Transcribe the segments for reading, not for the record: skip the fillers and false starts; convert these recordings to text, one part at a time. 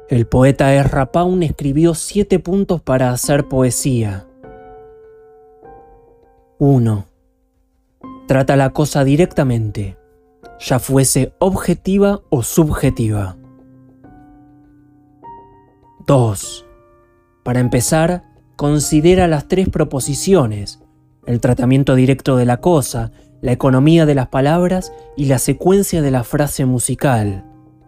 El poeta Ezra Pound escribió 7 puntos para hacer poesía. 1. Trata la cosa directamente, ya fuese objetiva o subjetiva. 2. Para empezar, considera las 3 proposiciones, el tratamiento directo de la cosa, la economía de las palabras y la secuencia de la frase musical.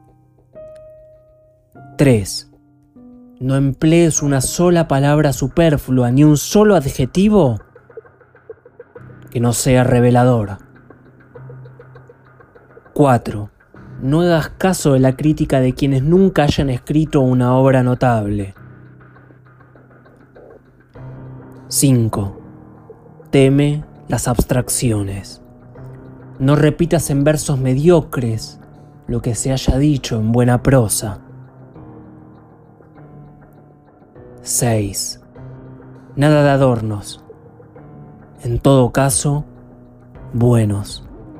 3. No emplees una sola palabra superflua ni un solo adjetivo que no sea revelador. 4. No hagas caso de la crítica de quienes nunca hayan escrito una obra notable. 5. Teme las abstracciones. No repitas en versos mediocres lo que se haya dicho en buena prosa. 6. Nada de adornos. En todo caso, buenos.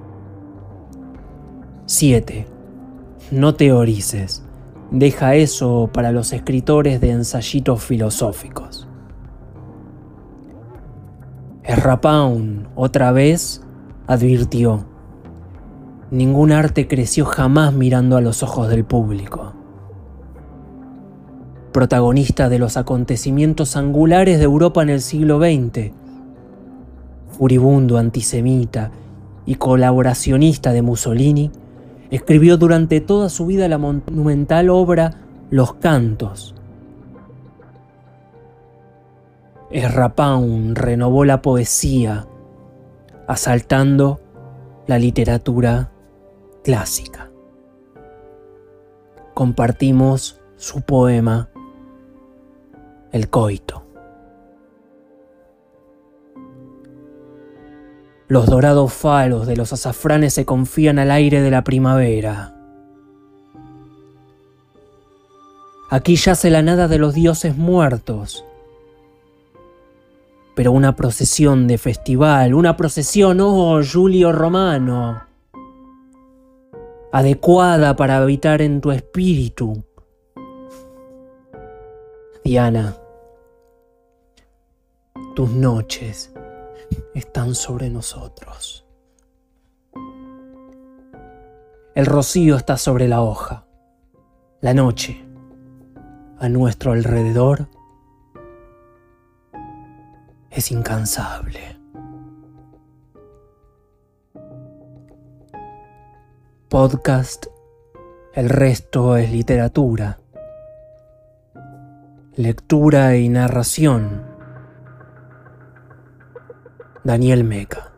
7. No teorices. Deja eso para los escritores de ensayitos filosóficos. Ezra Pound, otra vez, advirtió: ningún arte creció jamás mirando a los ojos del público. Protagonista de los acontecimientos angulares de Europa en el siglo XX, furibundo antisemita y colaboracionista de Mussolini, escribió durante toda su vida la monumental obra Los Cantos. Ezra Pound renovó la poesía, asaltando la literatura clásica. Compartimos su poema El coito. Los dorados faros de los azafranes se confían al aire de la primavera. Aquí yace la nada de los dioses muertos. Pero una procesión de festival, una procesión, oh Giulio Romano, adecuada para habitar en tu espíritu. Diana, tus noches están sobre nosotros. El rocío está sobre la hoja. La noche, a nuestro alrededor, es incansable. Podcast El resto es literatura. Lectura y narración: Daniel Meca.